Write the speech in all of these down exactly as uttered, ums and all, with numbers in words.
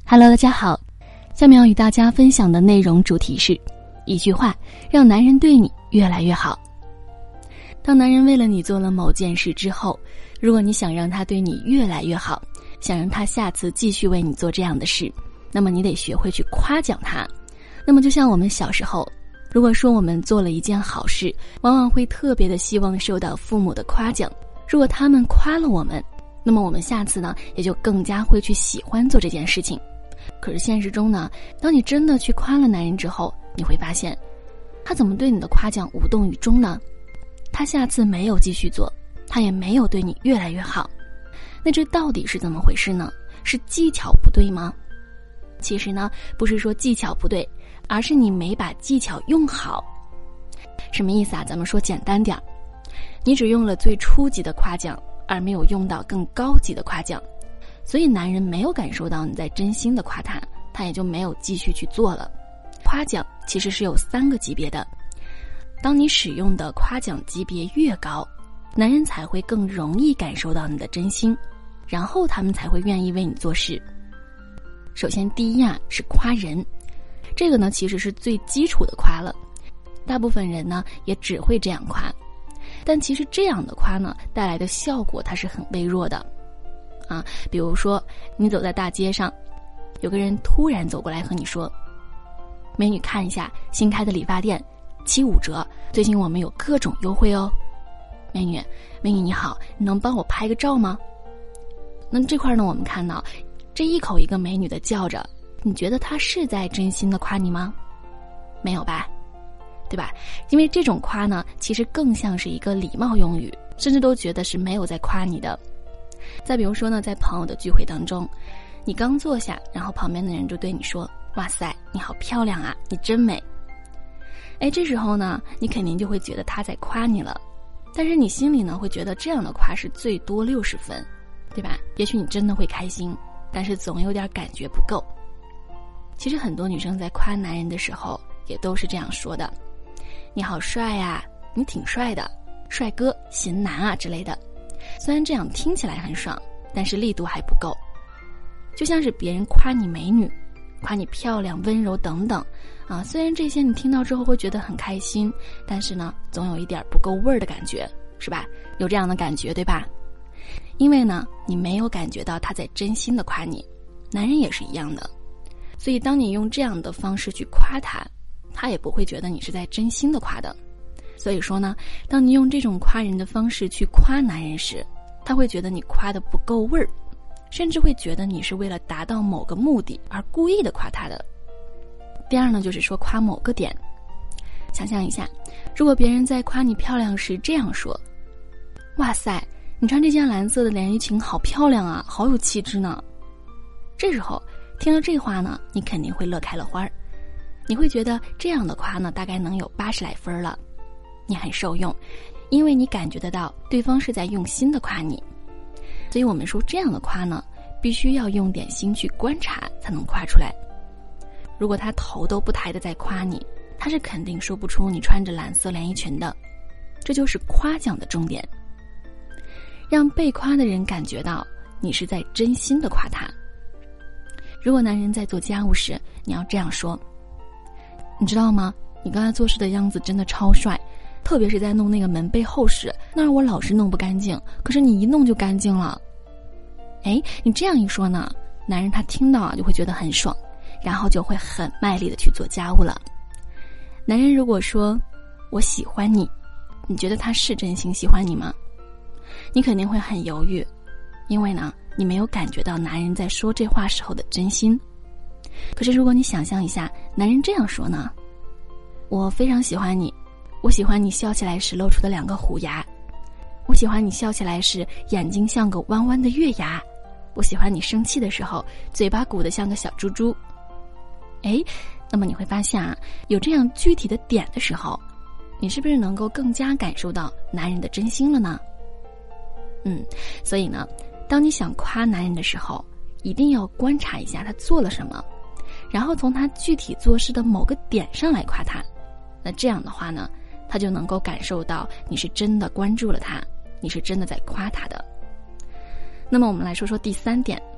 Hello， 大家好，下面要与大家分享的内容主题是一句话，让男人对你越来越好。当男人为了你做了某件事之后，如果你想让他对你越来越好，想让他下次继续为你做这样的事，那么你得学会去夸奖他。那么就像我们小时候，如果说我们做了一件好事，往往会特别的希望受到父母的夸奖。如果他们夸了我们，那么我们下次呢也就更加会去喜欢做这件事情。可是现实中呢，当你真的去夸了男人之后，你会发现他怎么对你的夸奖无动于衷呢？他下次没有继续做，他也没有对你越来越好。那这到底是怎么回事呢？是技巧不对吗？其实呢，不是说技巧不对，而是你没把技巧用好。什么意思啊？咱们说简单点儿，你只用了最初级的夸奖，而没有用到更高级的夸奖，所以男人没有感受到你在真心的夸他，他也就没有继续去做了。夸奖其实是有三个级别的，当你使用的夸奖级别越高，男人才会更容易感受到你的真心，然后他们才会愿意为你做事。首先第一啊，是夸人，这个呢其实是最基础的夸了，大部分人呢也只会这样夸，但其实这样的夸呢带来的效果它是很微弱的啊。比如说你走在大街上，有个人突然走过来和你说，美女看一下新开的理发店七五折，最近我们有各种优惠哦。美女美女你好，你能帮我拍个照吗？那这块呢，我们看到这一口一个美女的叫着，你觉得他是在真心的夸你吗？没有吧，对吧？因为这种夸呢其实更像是一个礼貌用语，甚至都觉得是没有在夸你的。再比如说呢，在朋友的聚会当中，你刚坐下，然后旁边的人就对你说，哇塞你好漂亮啊，你真美。哎，这时候呢你肯定就会觉得他在夸你了，但是你心里呢会觉得这样的夸是最多六十分，对吧？也许你真的会开心，但是总有点感觉不够。其实很多女生在夸男人的时候也都是这样说的，你好帅啊，你挺帅的，帅哥型男啊之类的。虽然这样听起来很爽，但是力度还不够。就像是别人夸你美女，夸你漂亮温柔等等啊，虽然这些你听到之后会觉得很开心，但是呢总有一点不够味儿的感觉，是吧？有这样的感觉对吧？因为呢你没有感觉到他在真心的夸你，男人也是一样的。所以当你用这样的方式去夸他，他也不会觉得你是在真心的夸的。所以说呢，当你用这种夸人的方式去夸男人时，他会觉得你夸的不够味儿，甚至会觉得你是为了达到某个目的而故意的夸他的。第二呢，就是说夸某个点。想象一下，如果别人在夸你漂亮时这样说，哇塞你穿这件蓝色的连衣裙好漂亮啊，好有气质呢。这时候听了这话呢，你肯定会乐开了花儿，你会觉得这样的夸呢大概能有八十来分了，你很受用，因为你感觉得到对方是在用心的夸你。所以我们说这样的夸呢必须要用点心去观察才能夸出来。如果他头都不抬的在夸你，他是肯定说不出你穿着蓝色连衣裙的。这就是夸奖的重点，让被夸的人感觉到你是在真心的夸他。如果男人在做家务时，你要这样说，你知道吗，你刚才做事的样子真的超帅，特别是在弄那个门背后时，那儿我老是弄不干净，可是你一弄就干净了。哎，你这样一说呢，男人他听到啊就会觉得很爽，然后就会很卖力的去做家务了。男人如果说我喜欢你，你觉得他是真心喜欢你吗？你肯定会很犹豫，因为呢你没有感觉到男人在说这话时候的真心。可是如果你想象一下，男人这样说呢，我非常喜欢你，我喜欢你笑起来时露出的两个虎牙，我喜欢你笑起来时眼睛像个弯弯的月牙，我喜欢你生气的时候嘴巴鼓得像个小猪猪。诶，那么你会发现啊，有这样具体的点的时候，你是不是能够更加感受到男人的真心了呢？嗯，所以呢，当你想夸男人的时候，一定要观察一下他做了什么，然后从他具体做事的某个点上来夸他。那这样的话呢，他就能够感受到你是真的关注了他，你是真的在夸他的。那么我们来说说第三点，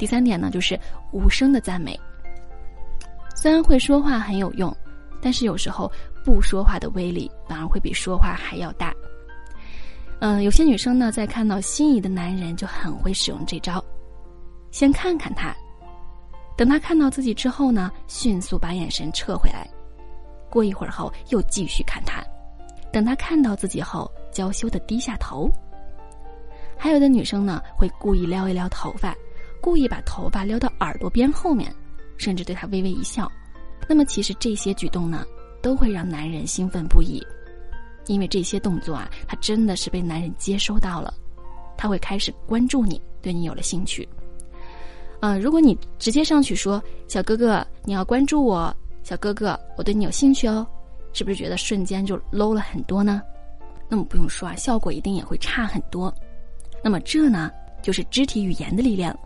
第三点呢，就是无声的赞美。虽然会说话很有用，但是有时候不说话的威力反而会比说话还要大。嗯、呃，有些女生呢，在看到心仪的男人就很会使用这招，先看看他，等他看到自己之后呢，迅速把眼神撤回来，过一会儿后又继续看他，等他看到自己后娇羞地低下头。还有的女生呢，会故意撩一撩头发，故意把头发撩到耳朵边后面，甚至对他微微一笑。那么其实这些举动呢，都会让男人兴奋不已，因为这些动作啊，他真的是被男人接收到了，他会开始关注你，对你有了兴趣。呃，如果你直接上去说，小哥哥你要关注我，小哥哥我对你有兴趣哦，是不是觉得瞬间就 low 了很多呢？那么不用说啊，效果一定也会差很多。那么这呢，就是肢体语言的力量。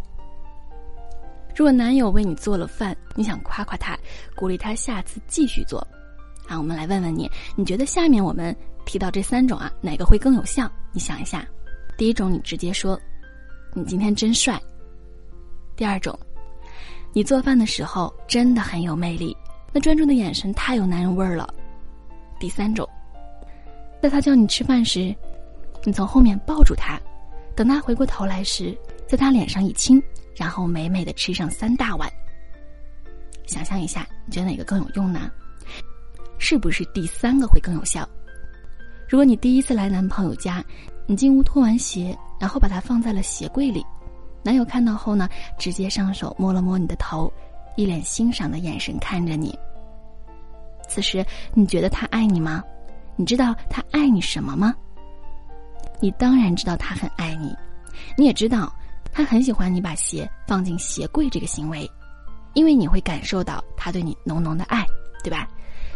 如果男友为你做了饭，你想夸夸他，鼓励他下次继续做。好，我们来问问你，你觉得下面我们提到这三种啊，哪个会更有效？你想一下。第一种，你直接说，你今天真帅。第二种，你做饭的时候真的很有魅力，那专注的眼神太有男人味儿了。第三种，在他叫你吃饭时，你从后面抱住他，等他回过头来时，在他脸上一亲，然后美美的吃上三大碗。想象一下，你觉得哪个更有用呢？是不是第三个会更有效？如果你第一次来男朋友家，你进屋脱完鞋，然后把它放在了鞋柜里，男友看到后呢，直接上手摸了摸你的头，一脸欣赏的眼神看着你。此时你觉得他爱你吗？你知道他爱你什么吗？你当然知道他很爱你，你也知道他很喜欢你把鞋放进鞋柜这个行为，因为你会感受到他对你浓浓的爱，对吧？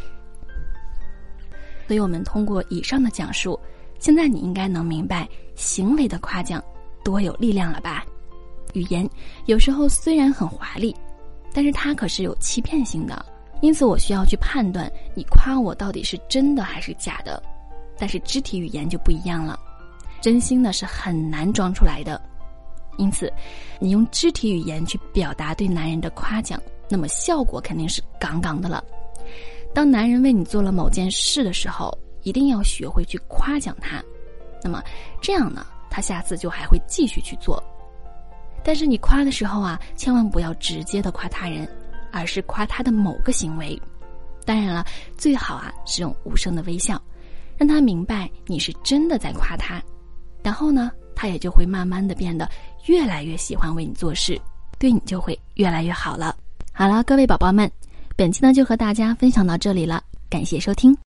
所以我们通过以上的讲述，现在你应该能明白行为的夸奖多有力量了吧？语言有时候虽然很华丽，但是它可是有欺骗性的，因此我需要去判断你夸我到底是真的还是假的。但是肢体语言就不一样了，真心的是很难装出来的，因此你用肢体语言去表达对男人的夸奖，那么效果肯定是杠杠的了。当男人为你做了某件事的时候，一定要学会去夸奖他，那么这样呢，他下次就还会继续去做。但是你夸的时候啊，千万不要直接的夸他人，而是夸他的某个行为。当然了，最好啊是用无声的微笑，让他明白你是真的在夸他，然后呢，他也就会慢慢的变得越来越喜欢为你做事，对你就会越来越好了。好了，各位宝宝们，本期呢就和大家分享到这里了，感谢收听。